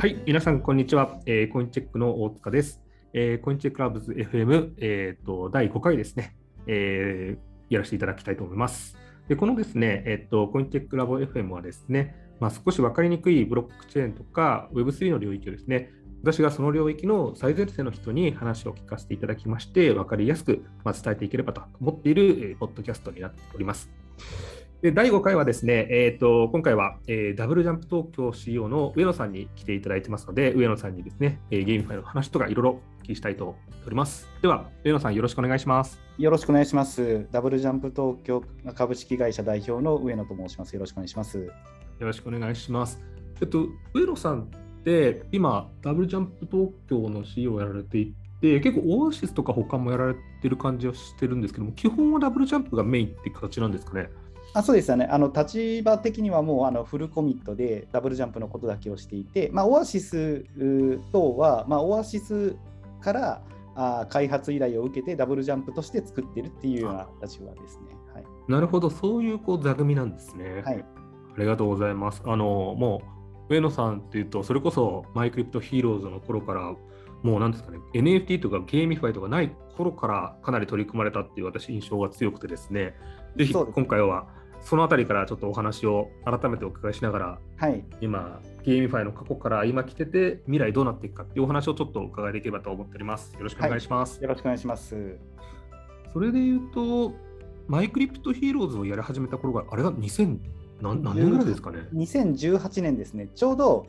はい、皆さん、こんにちは。コインチェックの大塚です。コインチェックラブズ FM、第5回ですね、やらせていただきたいと思います。で、このですね、コインチェックラボ FM はですね、少し分かりにくいブロックチェーンとか Web3 の領域をですね、私がその領域の最前線の人に話を聞かせていただきまして、分かりやすく伝えていければと思っている、ポッドキャストになっております。で第5回はですね、今回は、ダブルジャンプ東京 CEO の上野さんに来ていただいてますので、上野さんにですね、ゲームファイの話とかいろいろお聞きしたいと思っております。では、上野さんよろしくお願いします。 よろしくお願いします。ダブルジャンプ東京株式会社代表の上野と申します。よろしくお願いします。よろしくお願いします。上野さんって今、ダブルジャンプ東京の CEO をやられていて、結構オアシスとか他もやられてる感じはしてるんですけども、基本はダブルジャンプがメインっていう形なんですかね。 そうですよね。立場的にはもうフルコミットでダブルジャンプのことだけをしていて、オアシス等は、オアシスから開発依頼を受けてダブルジャンプとして作っているっていうような立場ですね。はい、 なるほど、そういう座組なんですね。 はい、 ありがとうございます。もう上野さんっていうと、それこそマイクリプトヒーローズの頃から、もうなんですかね、NFT とかゲーミファイとかない頃からかなり取り組まれたっていう私印象が強くてですね、ぜひ今回はそのあたりからちょっとお話を改めてお伺いしながら、 はい、 今ゲーミファイの過去から今来てて未来どうなっていくかっていうお話をちょっとお伺いできればと思っております。よろしくお願いします。 よろしくお願いします。 それで言うと、マイクリプトヒーローズをやり始めた頃が、あれが2000何年ぐらいですかね。 2018年ですね。ちょうど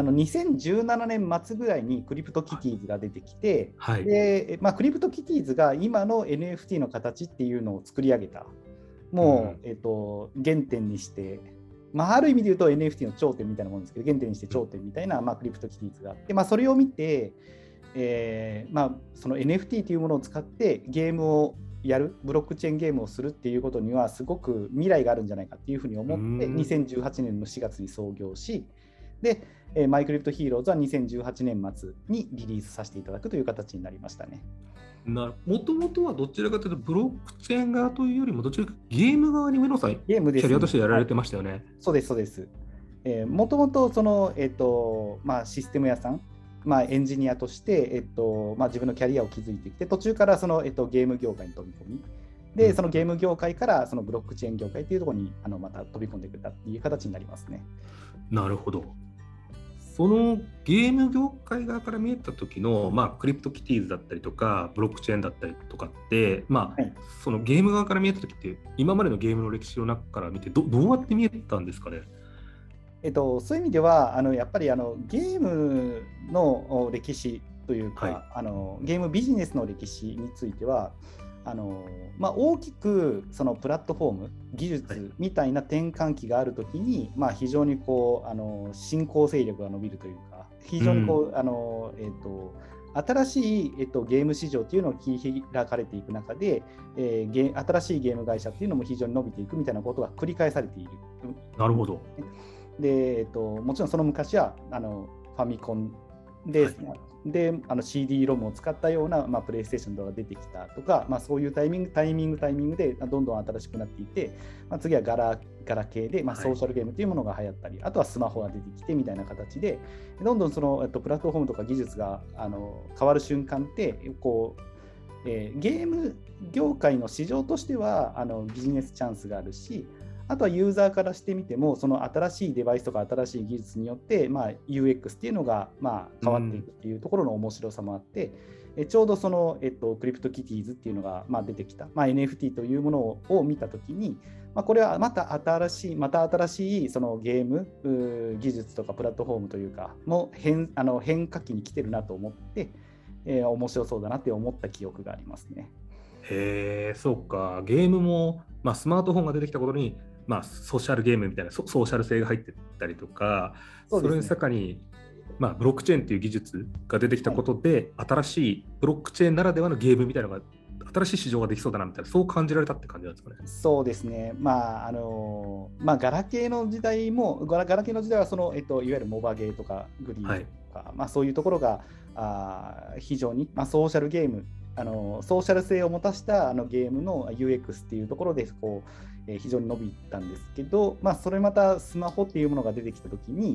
2017年末ぐらいにクリプトキティーズが出てきて、 はい、 でクリプトキティーズが今の NFT の形っていうのを作り上げた、もう、原点にして、ある意味で言うと NFT の頂点みたいなものですけど、原点にして頂点みたいな、クリプトキティーズがあって、それを見て、その NFT というものを使ってゲームをやる、ブロックチェーンゲームをするっていうことにはすごく未来があるんじゃないかっていうふうに思って2018年の4月に創業し、でマイクリプトヒーローズは2018年末にリリースさせていただくという形になりましたね。 もともとはどちらかというとブロックチェーン側というよりもどちらかゲーム側に上野さんゲームです、ね、 キャリアとしてやられてましたよね。 はい、そうですそうです。もともとその、システム屋さん、エンジニアとして、自分のキャリアを築いてきて、途中からその、ゲーム業界に飛び込みで、そのゲーム業界からそのブロックチェーン業界というところにまた飛び込んでくれたっていう形になりますね。 なるほど。そのゲーム業界側から見えた時の、クリプトキティーズだったりとかブロックチェーンだったりとかって、そのゲーム側から見えた時って今までのゲームの歴史の中から見て どうやって見えたんですかね。 そういう意味ではやっぱりゲームの歴史というか、ゲームビジネスの歴史については大きくそのプラットフォーム技術みたいな転換期があるときに、非常に新興勢力が伸びるというか、非常に新しい、ゲーム市場というのを切り開かれていく中で、新しいゲーム会社というのも非常に伸びていくみたいなことが繰り返されている。 なるほど。 で、もちろんその昔はファミコンで、CD ロムを使ったような、プレイステーションとか出てきたとか、そういうタイミングでどんどん新しくなっていて、次はガラケーで、ソーシャルゲームというものが流行ったり、あとはスマホが出てきてみたいな形で、どんどんその、プラットフォームとか技術が変わる瞬間ってゲーム業界の市場としてはビジネスチャンスがあるし、あとはユーザーからしてみても、その新しいデバイスとか新しい技術によって、UX っていうのが変わっていくっていうところの面白さもあって、ちょうどその、クリプトキティーズっていうのが出てきた、NFT というものを見たときに、これはまた新しいそのゲーム技術とかプラットフォームというかの変化期に来てるなと思って、面白そうだなって思った記憶がありますね。 へえ、そうか。ゲームも、スマートフォンが出てきたことに、ソーシャルゲームみたいなソーシャル性が入ってったりとか、それに中に、ブロックチェーンという技術が出てきたことで、新しいブロックチェーンならではのゲームみたいなのが、新しい市場ができそうだなみたいな、そう感じられたって感じなんですかね。 そうですね。ガラケーの時代も、ガラケーの時代はその、いわゆるモバゲーとかグリーンとか、そういうところが非常に、ソーシャルゲーム、ソーシャル性を持たしたゲームの UX っていうところで非常に伸びたんですけど、それまたスマホっていうものが出てきたときに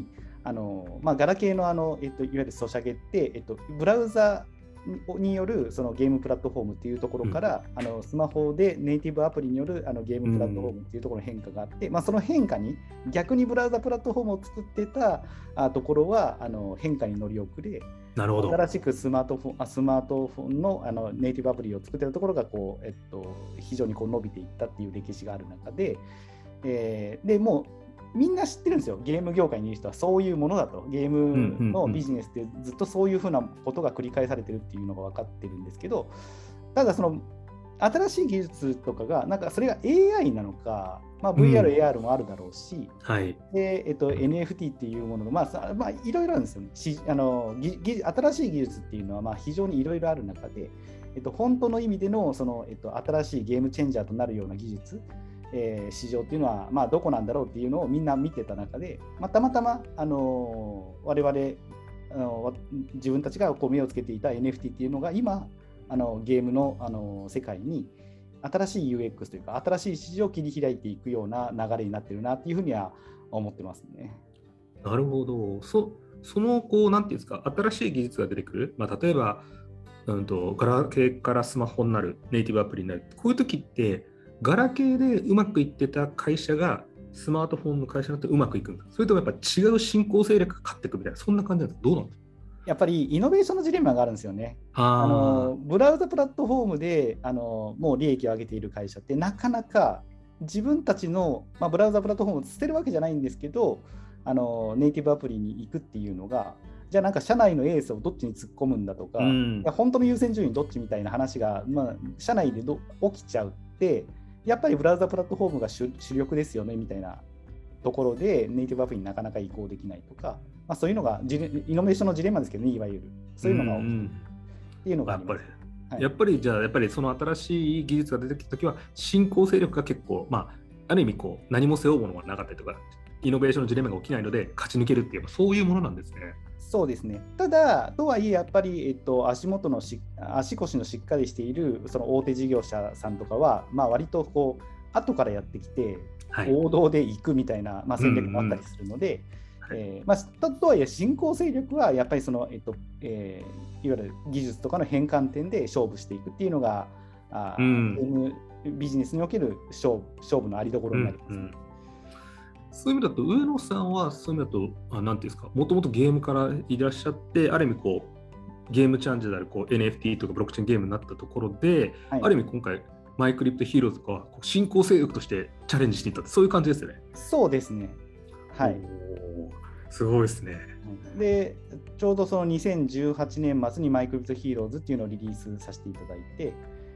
ガラケーのいわゆるソシャゲって、ブラウザによるそのゲームプラットフォームっていうところから、スマホでネイティブアプリによるゲームプラットフォームっていうところの変化があって、その変化に逆にブラウザプラットフォームを作ってたところは変化に乗り遅れ、 なるほど。 新しくスマートフォンのネイティブアプリを作っているところが非常に伸びていったっていう歴史がある中で、でもうみんな知ってるんですよ。ゲーム業界にいる人はそういうものだと。ゲームのビジネスってずっとそういうふうなことが繰り返されてるっていうのが分かってるんですけど、ただその新しい技術とかがそれが AI なのか、VR、AR もあるだろうし、でNFT っていうもののいろいろあるんですよね。新しい技術っていうのは非常にいろいろある中で、本当の意味での新しいゲームチェンジャーとなるような技術、市場っていうのはどこなんだろうっていうのをみんな見てた中で、たまたま我々自分たちが目をつけていた NFT っていうのが今ゲームの世界に新しい UX というか新しい市場を切り開いていくような流れになってるなっていうふうには思ってますね。 なるほど。そのなんていうんですか、新しい技術が出てくる、例えば、ガラケーからスマホになる、ネイティブアプリになる、こういう時ってガラケーでうまくいってた会社がスマートフォンの会社になってうまくいくんだ。それともやっぱ違う新興勢力が勝っていくみたいな、そんな感じなんですか？どうなんですか？ やっぱりイノベーションのジレンマがあるんですよね。ブラウザプラットフォームでもう利益を上げている会社ってなかなか自分たちの、ブラウザプラットフォームを捨てるわけじゃないんですけど、ネイティブアプリに行くっていうのが、じゃあ社内のエースをどっちに突っ込むんだとか、本当の優先順位どっちみたいな話が、社内で起きちゃうって、やっぱりブラウザプラットフォームが主力ですよねみたいなところでネイティブアプリになかなか移行できないとか、そういうのがイノベーションのジレンマですけどね、いわゆるそういうのが起きるっていうのがあります。 やっぱりその新しい技術が出てきたときは新興勢力が結構、ある意味何も背負うものがなかったりとか、イノベーションのジレンマが起きないので勝ち抜けるっていうそういうものなんですね。 そうですね。ただとはいえやっぱり、足腰のしっかりしているその大手事業者さんとかは、割と後からやってきて、王道で行くみたいな、戦略もあったりするので、とはいえ新興勢力はやっぱりその、いわゆる技術とかの変換点で勝負していくっていうのがビジネスにおける勝負のありどころになります。 そういう意味だと上野さんはそういう意味だと何ていうんですか、もともとゲームからいらっしゃって、ある意味ゲームチャンジであるNFT とかブロックチェーンゲームになったところで、ある意味今回マイクリプトヒーローズとか新興勢力としてチャレンジしていったって、そういう感じですよね。 そうですね。はい。 すごいですね。 で、ちょうどその2018年末にマイクリプトヒーローズっていうのをリリースさせていただいて、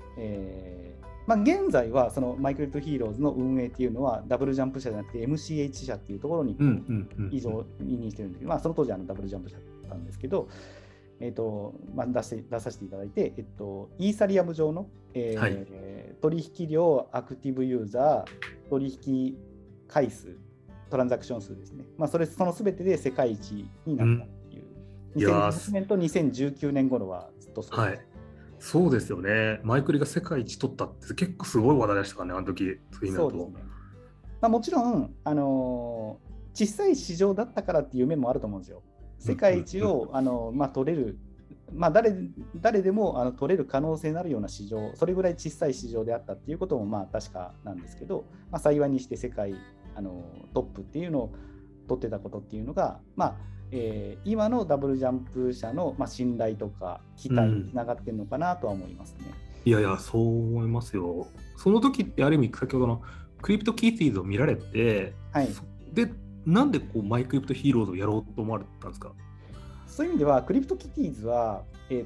現在はそのマイクリプトヒーローズの運営っていうのはダブルジャンプ社じゃなくて MCH 社っていうところに移動にしてるんですけど、その当時ダブルジャンプ社だったんですけど、出させていただいて、イーサリアム上の、取引量、アクティブユーザー、取引回数、トランザクション数ですね。その全てで世界一になったっていう。2020年と2019年頃はずっとそうです。 そうですよね。マイクリが世界一取ったって結構すごい話題でしたからね、あの時。 そうですね。もちろん、小さい市場だったからっていう面もあると思うんですよ。世界一を取れる、誰でも取れる可能性のあるような市場、それぐらい小さい市場であったっていうことも確かなんですけど、幸いにして世界トップっていうのを取ってたことっていうのが、今のダブルジャンプ社の信頼とか期待につながってるのかなとは思いますね。 いやいや、そう思いますよ。その時ってある意味先ほどのクリプトキーティーズを見られて、でなんでマイクリプトヒーローズをやろうと思われたんですか？ そういう意味ではクリプトキティーズは、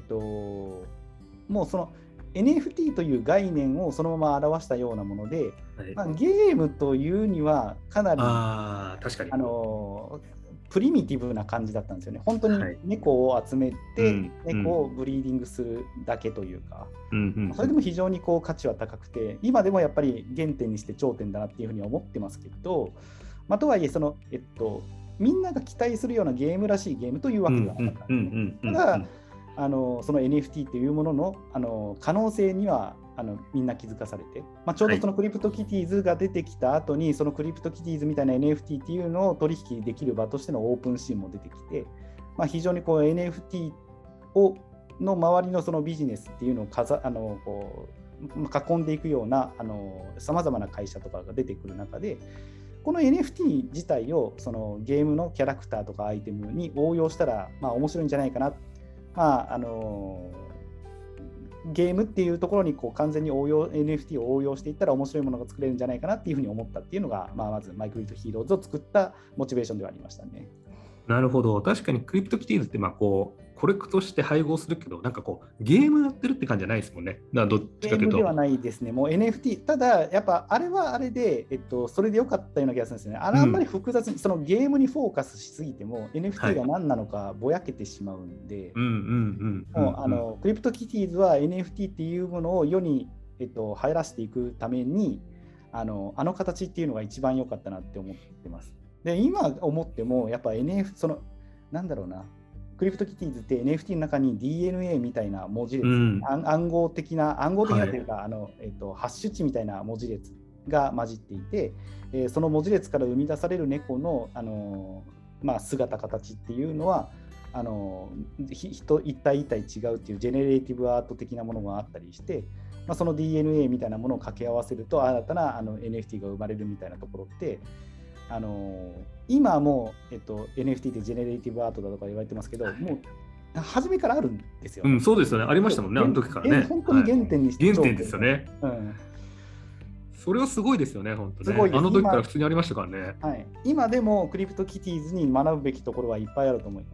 もうその NFT という概念をそのまま表したようなもので、ゲームというにはかなり確かにプリミティブな感じだったんですよね。本当に猫を集めて、猫をブリーディングするだけというか、それでも非常に価値は高くて、今でもやっぱり原点にして頂点だなっていうふうには思ってますけど、とはいえその、みんなが期待するようなゲームらしいゲームというわけではなかったんですね。ただその NFT っていうものの、可能性にはみんな気づかされて、ちょうどそのクリプトキティーズが出てきた後に、そのクリプトキティーズみたいな NFT っていうのを取引できる場としてのオープンシーンも出てきて、非常にこう NFT の周りのそのビジネスっていうのを囲んでいくようなさまざまな会社とかが出てくる中で、この NFT 自体をそのゲームのキャラクターとかアイテムに応用したら面白いんじゃないかな。ゲームっていうところに完全にNFT を応用していったら面白いものが作れるんじゃないかなっていうふうに思ったっていうのが、まずマイクリプトヒーローズを作ったモチベーションではありましたね。 なるほど。確かにクリプトキティーズってコレクトして配合するけど、ゲームやってるって感じじゃないですもんね。どっちかというと。 ゲームではないですね。もう NFT、ただやっぱあれはあれで、それでよかったような気がするんですよね。あんまり複雑に、そのゲームにフォーカスしすぎても、NFT が何なのかぼやけてしまうんで、クリプトキティーズは NFT っていうものを世に、入らせていくために、あの形っていうのが一番良かったなって思ってます。で、今思っても、やっぱ NFT、なんだろうな、クリプトキティーズって NFT の中に DNA みたいな文字列、暗号的なというか、ハッシュ値みたいな文字列が混じっていて、その文字列から生み出される猫の、姿形っていうのは人一体一体違うっていうジェネレーティブアート的なものがあったりして、その DNA みたいなものを掛け合わせると新たなNFT が生まれるみたいなところって今もNFT ってジェネレーティブアートだとか言われてますけど、もう初めからあるんですよ。 そうですよね。ありましたもんね、あの時からね。 本当に原点にして、 原点ですよね。それはすごいですよね、本当ね。あの時から普通にありましたからね。 今でもクリプトキティーズに学ぶべきところはいっぱいあると思います。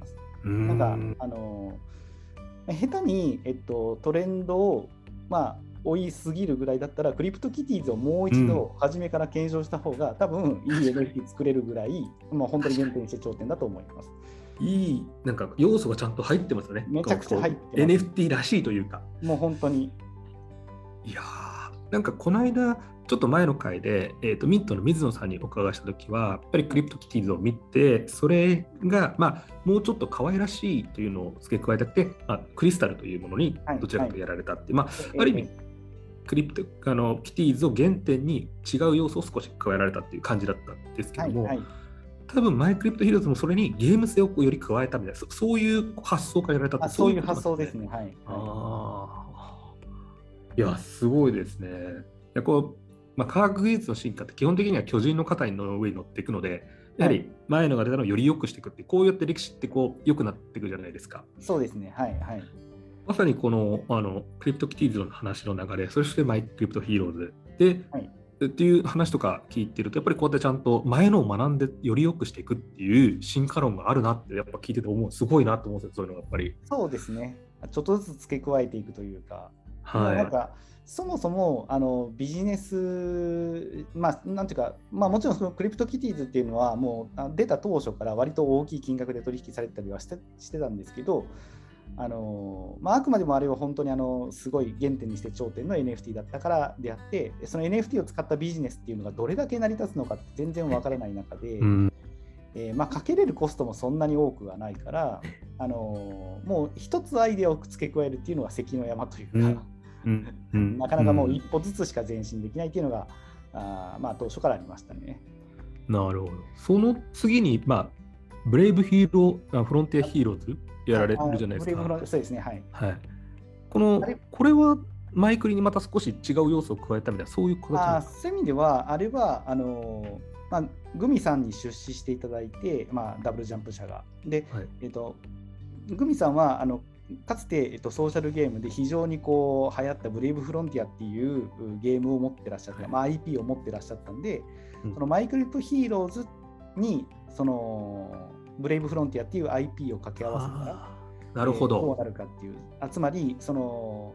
下手に、トレンドを追いすぎるぐらいだったら、クリプトキティーズをもう一度初めから検証した方が、多分いい NFT 作れるぐらい、本当に原点にして頂点だと思います。 いい要素がちゃんと入ってますよね。 めちゃくちゃ入ってます。 NFT らしいというか。 もう本当に。 いやこの間ちょっと前の回で、ミントの水野さんにお伺いしたときは、やっぱりクリプトキティーズを見て、それが、もうちょっと可愛らしいというのを付け加えたくて、クリスタルというものにどちらかとやられたって、ある意味、クリプトキティーズを原点に違う要素を少し加えられたっていう感じだったんですけども、多分マイクリプトヒーローズもそれにゲーム性をより加えたみたいな、そういう発想からやられたって、 そういう発想ですね。 いや、すごいですね。科学技術の進化って基本的には巨人の肩の上に乗っていくので、やはり前のが出たのをより良くしていくって、こうやって歴史って良くなっていくじゃないですか。 そうですね。 まさにこのクリプトキティーズの話の流れ、そしてマイクリプトヒーローズで、っていう話とか聞いてると、やっぱりこうやってちゃんと前のを学んでより良くしていくっていう進化論があるなって、やっぱ聞いてて思う、すごいなと思うんですよ、そういうのがやっぱり。 そうですね。ちょっとずつ付け加えていくというか、そもそもビジネス、なんていうか、もちろんそのクリプトキティーズっていうのはもう出た当初から割と大きい金額で取引されたりはしてたんですけど、あくまでもあれは本当にすごい原点にして頂点の NFT だったからであって、その NFT を使ったビジネスっていうのがどれだけ成り立つのかって全然わからない中で、かけれるコストもそんなに多くはないから、もう一つアイデアを付け加えるっていうのが関の山というか、なかなかもう一歩ずつしか前進できないっていうのが、当初からありましたね。 なるほど。その次に、ブレイブヒーロー、フロンティアヒーローズやられるじゃないですか。 そうですね。 これはマイクリにまた少し違う要素を加えたみたいな、そういうことですか？ そういう意味では、あれはグミさんに出資していただいて、ダブルジャンプ社が。で、グミさんはかつて、ソーシャルゲームで非常に流行ったブレイブフロンティアっていうゲームを持ってらっしゃった、IP を持ってらっしゃったんで、そのマイクリプトヒーローズにそのブレイブフロンティアっていう IP を掛け合わせたら、 なるほど、 どうなるかっていう、つまりその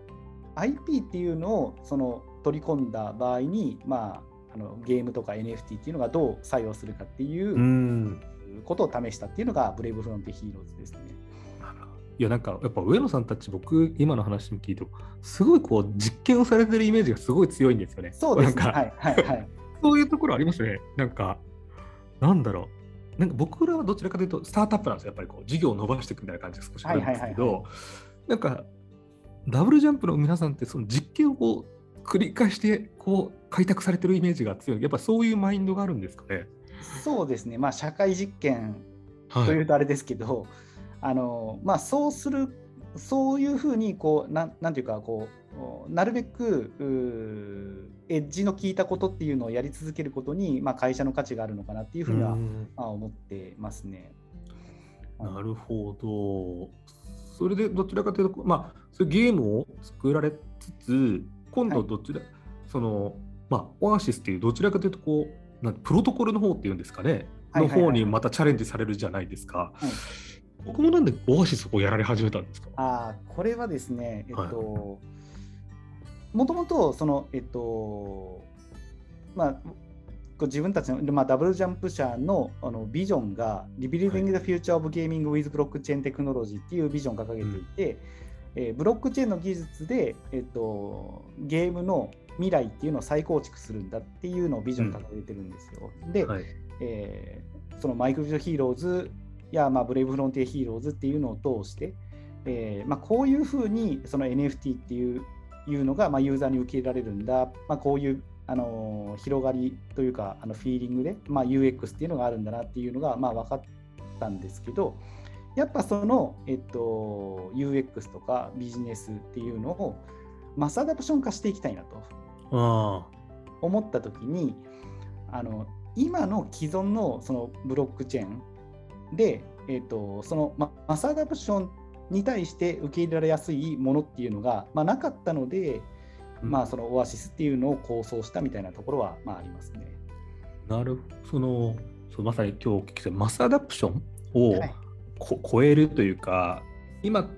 IP っていうのを取り込んだ場合に、ゲームとか NFT っていうのがどう作用するかっていうことを試したっていうのがブレイブフロンティアヒーローズですね。 いや、やっぱ上野さんたち、僕今の話も聞いてすごい実験をされてるイメージがすごい強いんですよね。 そうですね。 そういうところありますね。なんだろう、僕らはどちらかというとスタートアップなんですよ。やっぱり事業を伸ばしていくみたいな感じが少しあるんですけど、 なんかダブルジャンプの皆さんってその実験をこう繰り返してこう開拓されてるイメージが強い。やっぱそういうマインドがあるんですかね。 そうですね、まあ、社会実験とはい。 いうとあれですけど、まあ、そういうふうにこうなんていうかこう、なるべくエッジの効いたことっていうのをやり続けることに、まあ、会社の価値があるのかなっていううーふうには、 ん。 まあ、思ってますね。はい。 なるほど。それでどちらかというと、まあ、そういうゲームを作られつつ、今はい。 度どちら、その、まあ、オアシスっていうどちらかというと、こう、プロトコルの方っていうんですかね、 はいのはいはいはい。 方にまたチャレンジされるじゃないですか。 はい。 僕もなんでオアシスをやられ始めたんですか？ これはですね、 はい。 もともとまあ、こう自分たちの、まあ、ダブルジャンプ社の、ビジョンがはい。 Rebuilding the Future of Gaming with Blockchain Technology っていうビジョンを掲げうん。 ていて、ブロックチェーンの技術で、ゲームの未来っていうのを再構築するんだっていうのをビジョンにうん。 掲げてるんですよ。で、 はい。 そのマイクロビジョヒーローズや、まあ、ブレイブフロンティアヒーローズっていうのを通して、まあ、こういうふうにその NFT っていうのが、まあ、ユーザーに受け入れられるんだ、まあ、こういう広がりというかフィーリングで、まあ、UX っていうのがあるんだなっていうのが、まあ、分かったんですけど、やっぱその、UX とかビジネスっていうのをマスアダプション化していきたいなとあ思った時に、あの今の既存のそのブロックチェーンで、そのマスアダプションに対して受け入れられやすいものっていうのが、まあ、なかったので、 あ、うん。 まあ、そのオアシスっていうのを構想したみたいなところは、まあ、ありますね。 なるその、まさに今日お聞きしたマスアダプションをはい。 超えるというか、今って、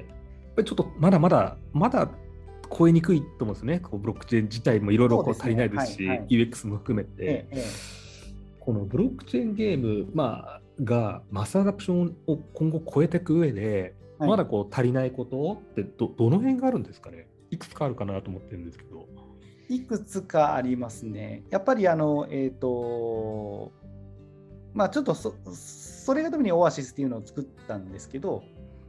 やっぱりちょっとまだ超えにくいと思うんですね。こうブロックチェーン自体もいろいろそうですね。 足りないですはい。はし、 い。 UX も含めて、 ええ、えこのブロックチェーンゲーム、がマスアダプションを今後超えていく上で、 はい。 まだこう足りないことってどの辺があるんですかね。いくつかあるかなと思ってるんですけど。 いくつかありますね。やっぱりまあ、ちょっとそれがためにオアシスっていうのを作ったんですけど、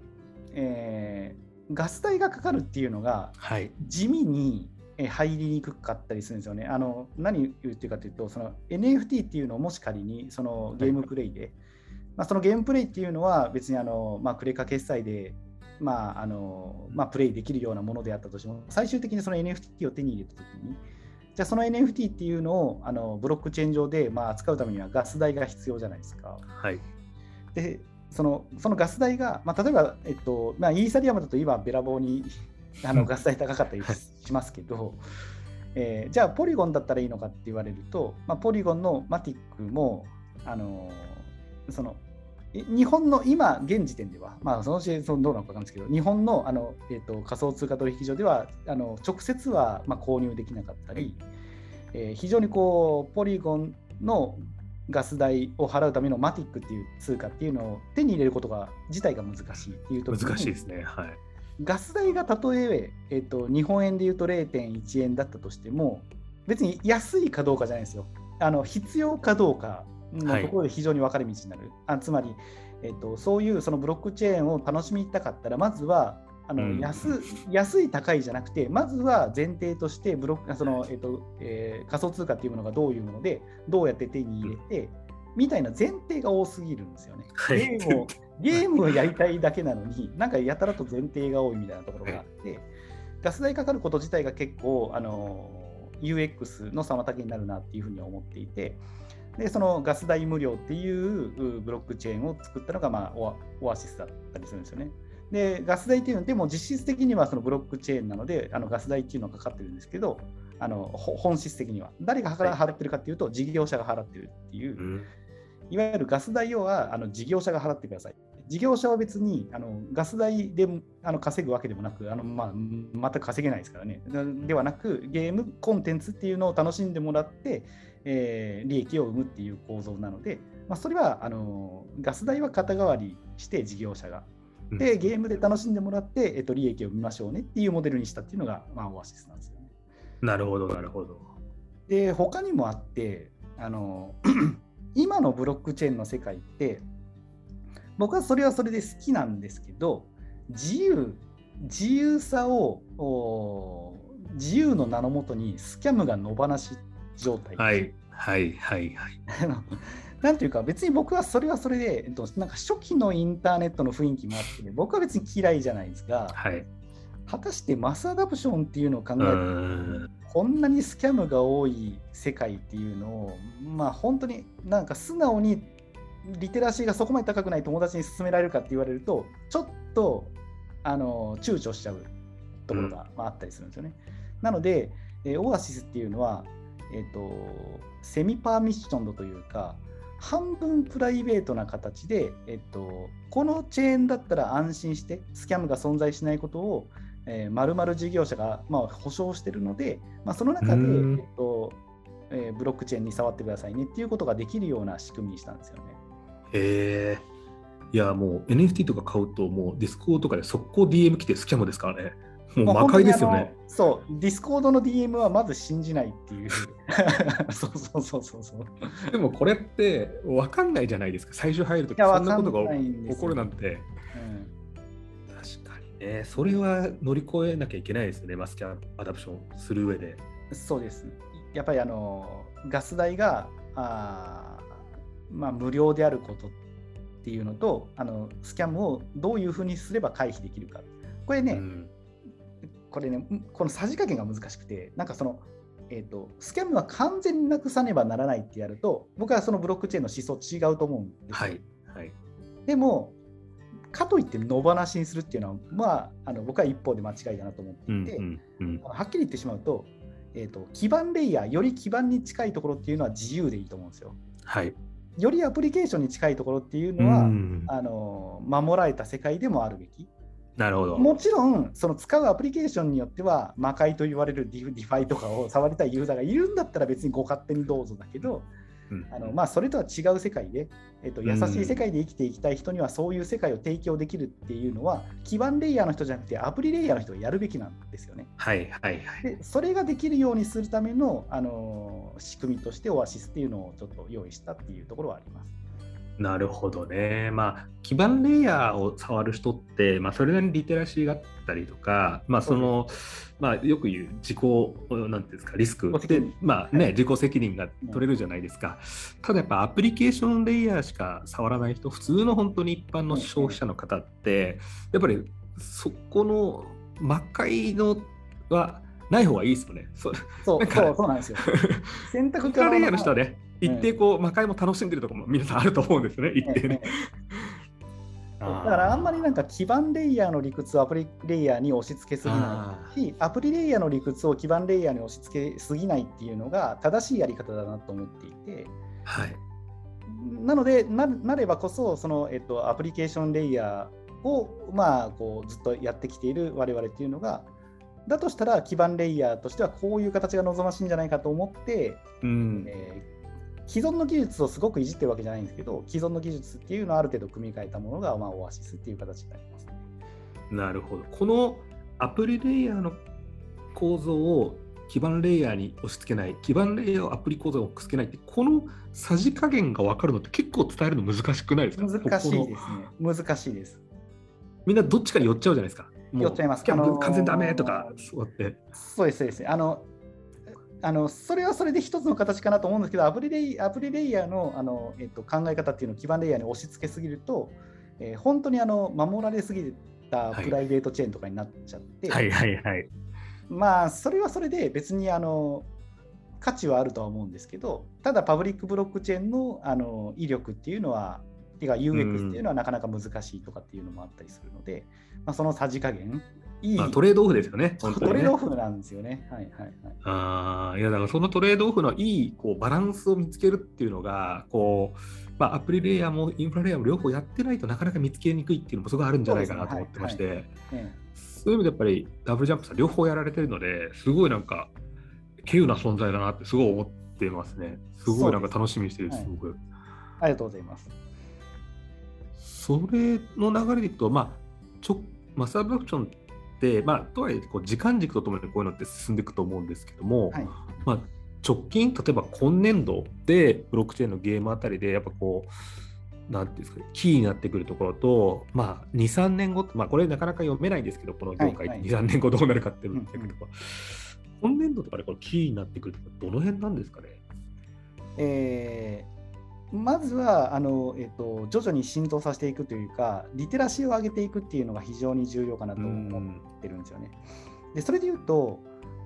ガス代がかかるっていうのがはい。 地味に入りにくかったりするんですよね。何言ってるかというと、その NFT っていうのをもし仮にそのゲーはい。 ムプレイで、まあ、そのゲームプレイっていうのは別にまあ、クレカ決済で、まあ、プレイできるようなものであったとしても、最終的にその NFT を手に入れたときに、じゃあその NFT っていうのをブロックチェーン上で、まあ、扱うためにはガス代が必要じゃないですか。 はい。 で、そのガス代が、まあ、例えば、まあ、イーサリアムだと今、べらぼうにガス代高かったりはい。 しますけど、じゃあポリゴンだったらいいのかって言われると、まあ、ポリゴンのマティックも、あのその日本の今、現時点では、まあ、そのうちどうなのか分かんないですけど、日本の、仮想通貨取引所では直接はまあ購入できなかったり、非常にこうポリゴンのガス代を払うためのマティックっていう通貨っていうのを手に入れることが自体が難しいっていう時に、 難しいですね。はい。 ガス代がたとえ日本円でいうと 0.1 円だったとしても、別に安いかどうかじゃないですよ。必要かどうかのはい。 ところで非常に分かれ道になる。つまり、そういうそのブロックチェーンを楽しみたかったら、まずはうん。 安い高いじゃなくて、まずは前提としてブロック仮想通貨っていうものがどういうもので、どうやって手にうん。 入れて、みたいな前提が多すぎるんですよね。 はい。はい。 ゲームをやりたいだけなのに、なんかやたらと前提が多いみたいなところはい。 があって、ガス代かかること自体が結構、UX の妨げになるなっていうふうには思っていて、でそのガス代無料っていうブロックチェーンを作ったのが、まあ、オアシスだったりするんですよね。でガス代っていうのでも実質的にはそのブロックチェーンなのでガス代っていうのがかかってるんですけど、本質的には誰がはい。 払ってるかっていうと事業者が払ってるっていう、 うん。 いわゆるガス代は事業者が払ってください。事業者は別にガス代で稼ぐわけでもなく、まあ、全く稼げないですからね。ではなく、ゲームコンテンツっていうのを楽しんでもらって、利益を生むっていう構造なので、まあ、それはガス代は肩代わりして事業者が。 うん。 で、ゲームで楽しんでもらって、利益を生みましょうねっていうモデルにしたっていうのが、まあ、オアシスなんですよね。 なるほど、なるほど。 で、他にもあって、今のブロックチェーンの世界って、僕はそれはそれで好きなんですけど、自由自由さを自由の名のもとにスキャムが野放し状態。 はいはいはいはい。 なんていうか別に僕はそれはそれで、なんか初期のインターネットの雰囲気もあって、僕は別に嫌いじゃないですが、 はい、 果たしてマスアダプションっていうのを考えると、こんなにスキャムが多い世界っていうのを、まあ本当になんか素直にリテラシーがそこまで高くない友達に勧められるかって言われると、ちょっと躊躇しちゃうところがあったりするんですよね。なので、オアシスっていうのは、セミパーミッションドというか、半分プライベートな形で、このチェーンだったら安心してスキャムが存在しないことを、丸々事業者が、保証しているので、その中で、ブロックチェーンに触ってくださいねっていうことができるような仕組みにしたんですよね。 へえ。いや、もう NFT とか買うと、もうディスコードとかで速攻 DM 来てスキャムですからね。もう魔界ですよね。 そう、ディスコードの DM はまず信じないっていう。そう。 でもこれって分かんないじゃないですか。最初入るときそんなことが起こるなんて。確かにね。それは乗り越えなきゃいけないですよね。マスキャンアダプションする上で。 そうです。やっぱりガス代が無料であることっていうのと、スキャムをどういうふうにすれば回避できるか。これね、このさじ加減が難しくて、なんかスキャムは完全になくさねばならないってやると、僕はそのブロックチェーンの思想違うと思うんですよ。 はいはい、 でも、かといって野放しにするっていうのは、僕は一方で間違いだなと思っていて、はっきり言ってしまうと、基盤レイヤー、より基盤に近いところっていうのは自由でいいと思うんですよ。 はい、 よりアプリケーションに近いところっていうのは、守られた世界でもあるべき。 なるほど。 もちろん、その使うアプリケーションによっては、魔界と言われるディファイとかを触りたいユーザーがいるんだったら別にご勝手にどうぞだけど、それとは違う世界で、優しい世界で生きていきたい人にはそういう世界を提供できるっていうのは、基盤レイヤーの人じゃなくてアプリレイヤーの人がやるべきなんですよね。 はいはいはい。 でそれができるようにするための、仕組みとしてオアシスっていうのをちょっと用意したっていうところはあります。 なるほどね。基盤レイヤーを触る人って、それなりにリテラシーがあったりとか、よく言う自己、なんていうんですか、リスクで、自己責任が取れるじゃないですか。ただやっぱアプリケーションレイヤーしか触らない人、普通の本当に一般の消費者の方って、やっぱりそこの魔界のはない方がいいですよね。 そうなんですよ。選択基盤レイヤーの人はね、一定魔界も楽しんでるところも皆さんあると思うんですよね、一定ね。 だからあんまりなんか基盤レイヤーの理屈をアプリレイヤーに押し付けすぎないし、アプリレイヤーの理屈を基盤レイヤーに押し付けすぎないっていうのが正しいやり方だなと思っていて、 はい、 なので なればこそその、アプリケーションレイヤーを、ずっとやってきている我々っていうのが、だとしたら基盤レイヤーとしてはこういう形が望ましいんじゃないかと思って、既存の技術をすごくいじってるわけじゃないんですけど、既存の技術っていうのをある程度組み替えたものが、オアシスっていう形になりますね。 なるほど。このアプリレイヤーの構造を基盤レイヤーに押し付けない、基盤レイヤーをアプリ構造に押し付けないって、このさじ加減が分かるのって結構伝えるの難しくないですか？ 難しいですね。難しいです。 みんなどっちかに寄っちゃうじゃないですか。 寄っちゃいます。 完全ダメとか、そうやって。 そうです、そうです。それはそれで一つの形かなと思うんですけど、アプリレイヤーの、考え方っていうのを基盤レイヤーに押し付けすぎると、本当に守られすぎたプライベートチェーンとかになっちゃって、それはそれで別に価値はあるとは思うんですけど、ただパブリックブロックチェーンの、威力っていうのは、UX っていうのはなかなか難しいとかっていうのもあったりするので、そのさじ加減、 トレードオフですよね。 トレードオフなんですよね。 いやだからそのトレードオフのいいバランスを見つけるっていうのがアプリレイヤーもインフラレイヤーも両方やってないとなかなか見つけにくいっていうのもすごいあるんじゃないかなと思ってまして、そういう意味でやっぱりダブルジャンプさん両方やられてるのですごいなんか稀有な存在だなってすごい思ってますね。すごいなんか楽しみにしてるです。すごく。 ありがとうございます。 それの流れでいくとマスアダプションでとはいえ時間軸とともにこういうのって進んでいくと思うんですけども、直近例えば今年度でブロックチェーンのゲームあたりでやっぱなんていうんですかね、キーになってくるところと、まあ、2、3年後、まあ、これなかなか読めないんですけど、この業界って2、3年後どうなるかっていうのとか、今年度とかでこのキーになってくるとか、どの辺なんですかね。 まずは徐々に浸透させていくというか、リテラシーを上げていくっていうのが非常に重要かなと思ってるんですよね。でそれでいうと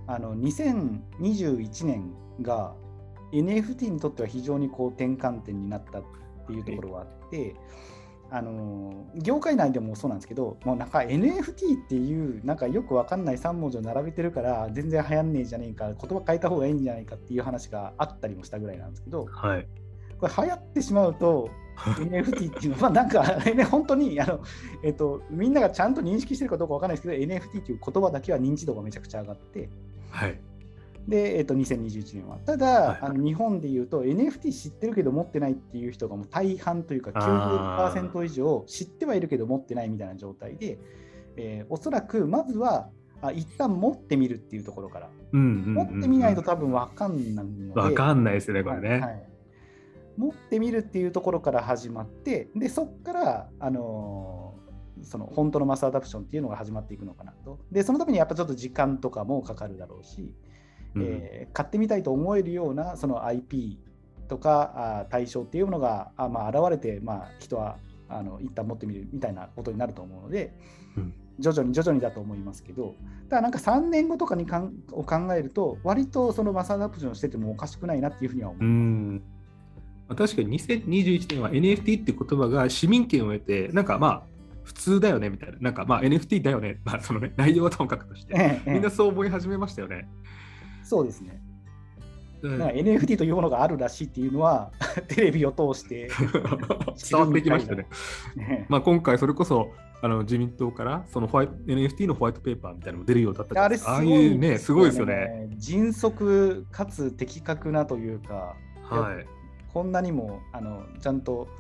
2021年が NFT にとっては非常にこう転換点になったっていうところがあって、業界内でもそうなんですけど、もうなんか NFT っていうなんかよく分かんない3文字を並べてるから全然流行んねえじゃねえか、言葉変えた方がいいんじゃないかっていう話があったりもしたぐらいなんですけど、 はい、 これ流行ってしまうとNFT っていうのはなんか、ね、本当にみんながちゃんと認識してるかどうか分からないですけど NFT という言葉だけは認知度がめちゃくちゃ上がって、 はい、 で、2021年はただ、日本でいうと NFT 知ってるけど持ってないっていう人がもう大半というか 90% 以上知ってはいるけど持ってないみたいな状態で、おそらくまずは一旦持ってみるっていうところから、持ってみないと多分分かんないので、 分かんないですねこれね、 はいはい、持ってみるっていうところから始まって、でそこからその本当のマスアダプションっていうのが始まっていくのかなと。でそのためにやっぱちょっと時間とかもかかるだろうし、買ってみたいと思えるようなその IP とか対象っていうものが現れて、人は一旦持ってみるみたいなことになると思うので、徐々にだと思いますけど、ただなんか3年後とかを考えると割とそのマスアダプションしててもおかしくないなっていうふうには思います。 確かに2021年は NFT って言葉が市民権を得て、なんかまあ普通だよねみたいな、なんかまあ NFT だよね、まあそのね、内容はともかくとして、みんなそう思い始めましたよね。 そうですね。NFT というものがあるらしいっていうのはテレビを通して伝わってきましたね。まあ今回それこそ自民党からそのNFT のホワイトペーパーみたいなのも出るようだったじゃないですか。ああいうね、すごいですよね。 迅速かつ的確なというか、 はい、 こんなにもちゃんと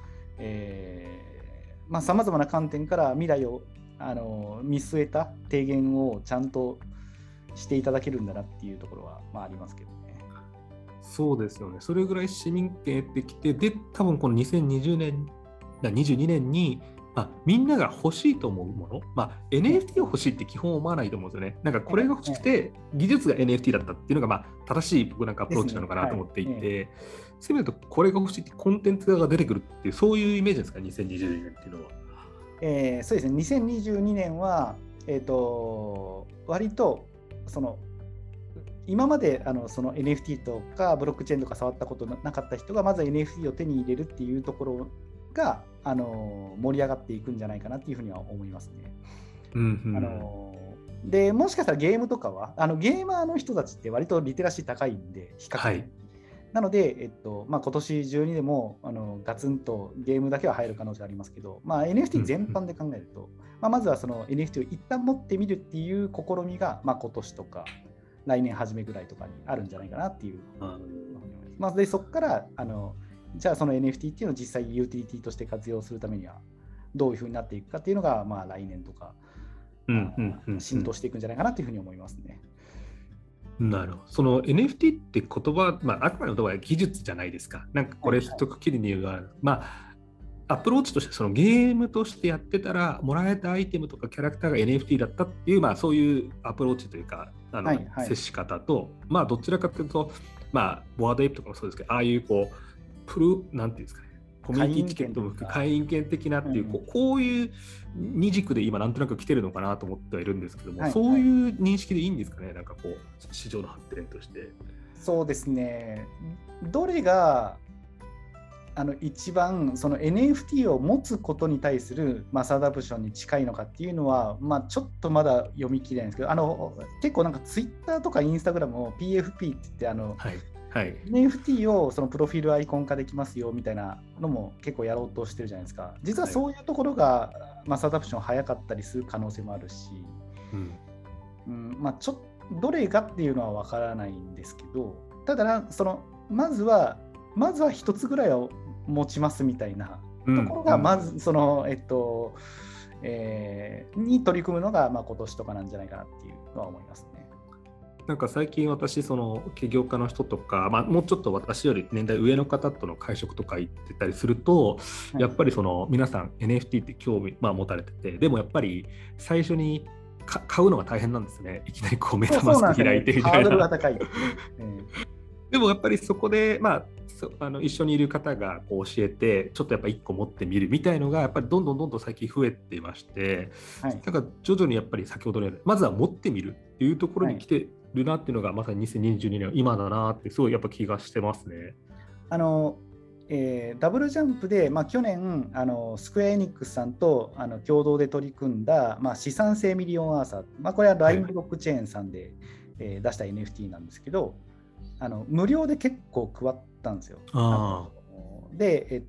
さまざまな観点から未来を見据えた提言をちゃんとしていただけるんだなっていうところはありますけどね。 そうですよね。それぐらい市民権得てきて、で多分この2020年22年にみんなが欲しいと思うもの、NFT を欲しいって基本思わないと思うんですよね。なんかこれが欲しくて、技術が NFT だったっていうのが正しい僕なんかアプローチなのかなと思っていて、せめてこれが欲しいってコンテンツが出てくるっていう、そういうイメージですか、2022年っていうのは。 そうですね、2022年は、割とその今までその NFT とかブロックチェーンとか触ったことなかった人がまず NFT を手に入れるっていうところが盛り上がっていくんじゃないかなっていうふうには思いますね。でもしかしたらゲームとかはゲーマーの人たちって割とリテラシー高いんで比較的、なので、今年中にでもガツンとゲームだけは入る可能性ありますけど、NFT 全般で考えると、まずはその NFT を一旦持ってみるっていう試みが、今年とか来年初めぐらいとかにあるんじゃないかなっていう、でそこからじゃあその NFT っていうのを実際ユーティリティとして活用するためにはどういうふうになっていくかっていうのが、来年とか浸透していくんじゃないかなというふうに思いますね。 なるほど。その NFT って言葉、あくまでも技術じゃないですか。なんかこれ一区切りに言うのは、アプローチとしてそのゲームとしてやってたらもらえたアイテムとかキャラクターが NFT だったっていう、そういうアプローチというか接し方と、どちらかというと、ボワードエイプとかもそうですけど、ああいうこうなんていうんですかね、コミュニティチケットも含め会員権的なっていう、こういう二軸で今なんとなく来てるのかなと思ってはいるんですけども、そういう認識でいいんですかね、なんかこう市場の発展として。 そうですね、どれが一番その NFT を持つことに対するマスアダプションに近いのかっていうのは、ちょっとまだ読み切れないんですけど、結構なんか Twitter とか Instagram を PFP って言ってNFT をそのプロフィールアイコン化できますよみたいなのも結構やろうとしてるじゃないですか。実はそういうところがマスアダプション早かったりする可能性もあるし、ちょっとどれがっていうのは分からないんですけど、ただまずは一つぐらいを持ちますみたいなところがまずそのに取り組むのが今年とかなんじゃないかなっていうのは思いますね。 なんか最近私その起業家の人とか、もうちょっと私より年代上の方との会食とか行ってたりすると、 はい、 やっぱりその皆さん NFT って興味、持たれてて、でもやっぱり最初に買うのが大変なんですね。いきなりこうメタマスク開いてみたいな。 ハードルが高い。 でもやっぱりそこで、一緒にいる方がこう教えて、ちょっとやっぱ1個持ってみるみたいのが、やっぱりどんどん最近増えていまして、 はい、 なんか徐々にやっぱり先ほどのように、まずは持ってみるっていうところに来てるなっていうのが、まさに2022年は今だなって、すごいやっぱ気がしてますね。 ダブルジャンプで、去年スクエアエニックスさんと共同で取り組んだ、資産性ミリオンアーサー、これは LINE ブロックチェーンさんで、出した NFT なんですけど、無料で結構配ったんですよ。で、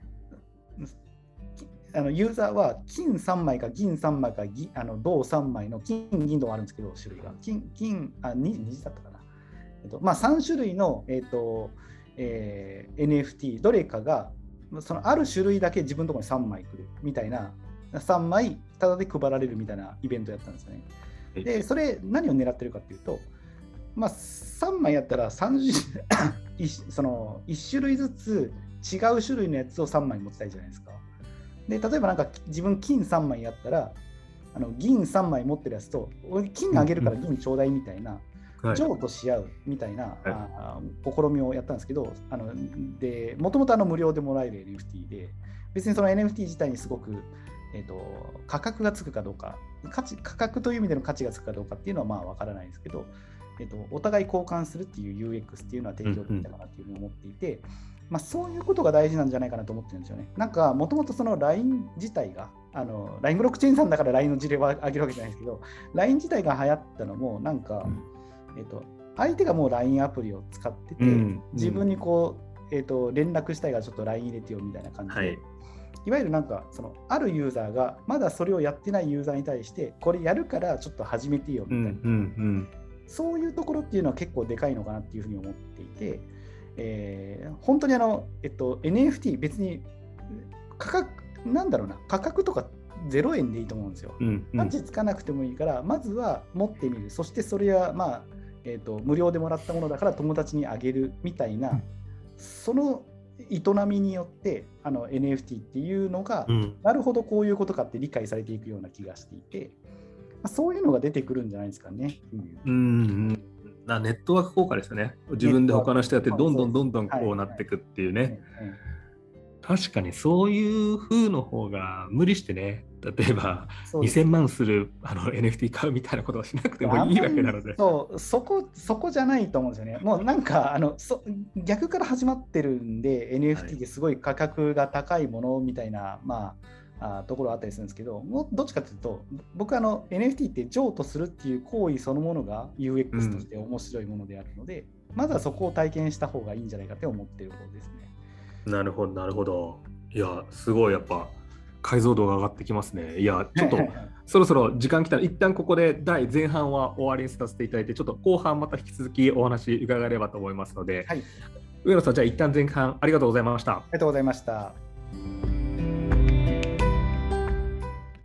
ユーザーは金3枚か銀3枚か銅3枚の金、銀、銅あるんですけど、種類が。2だったかな。3種類の、NFT、どれかが、そのある種類だけ自分のところに3枚来るみたいな、3枚ただで配られるみたいなイベントやったんですよね。で、それ何を狙ってるかっていうと、3枚やったらその1種類ずつ違う種類のやつを3枚持ちたいじゃないですか。で、例えばなんか自分金3枚やったら、銀3枚持ってるやつと、金あげるから銀ちょうだいみたいな、譲渡し合うみたいな、試みをやったんですけど、もともと無料でもらえる NFT で、別にその NFT 自体にすごく、価格がつくかどうか、価格という意味での価値がつくかどうかっていうのはわからないですけど、お互い交換するっていう UX っていうのは提供できたかなっていうふうに思っていて、そういうことが大事なんじゃないかなと思ってるんですよね。なんかもともとその LINE 自体がLINE ブロックチェーンさんだから LINE の事例を挙げるわけじゃないですけど、 LINE 自体が流行ったのもなんか、相手がもう LINE アプリを使ってて、自分にこう、連絡したいからちょっと LINE 入れてよみたいな感じで、いわゆるなんかそのあるユーザーがまだそれをやってないユーザーに対してこれやるからちょっと始めてよみたいな、そういうところっていうのは結構でかいのかなっていうふうに思っていて、本当にNFT 別に価格とか0円でいいと思うんですよ。価値つかなくてもいいからまずは持ってみる、そしてそれは無料でもらったものだから友達にあげるみたいな、その営みによってNFT っていうのが、なるほどこういうことかって理解されていくような気がしていて、そういうのが出てくるんじゃないですかね。 ネットワーク効果ですよね。自分で他の人やってどんどんこうなっていくっていうね。確かにそういう風の方が無理してね、例えば2000万するNFT 買うみたいなことをしなくてもいいわけなので、 そこじゃないと思うんですよね。もうなんか逆から始まってるんで NFT ですごい価格が高いものみたいな、ところあったりするんですけど、もうどっちかというと僕NFT って譲渡するっていう行為そのものが UX として面白いものであるので、まずはそこを体験した方がいいんじゃないかって思っていることですね。 なるほどなるほど。いやすごいやっぱ解像度が上がってきますね。いやちょっとそろそろ時間来たら一旦ここで前半は終わりにさせていただいて、ちょっと後半また引き続きお話伺えればと思いますので、上野さんじゃあ一旦前半ありがとうございました。 ありがとうございました。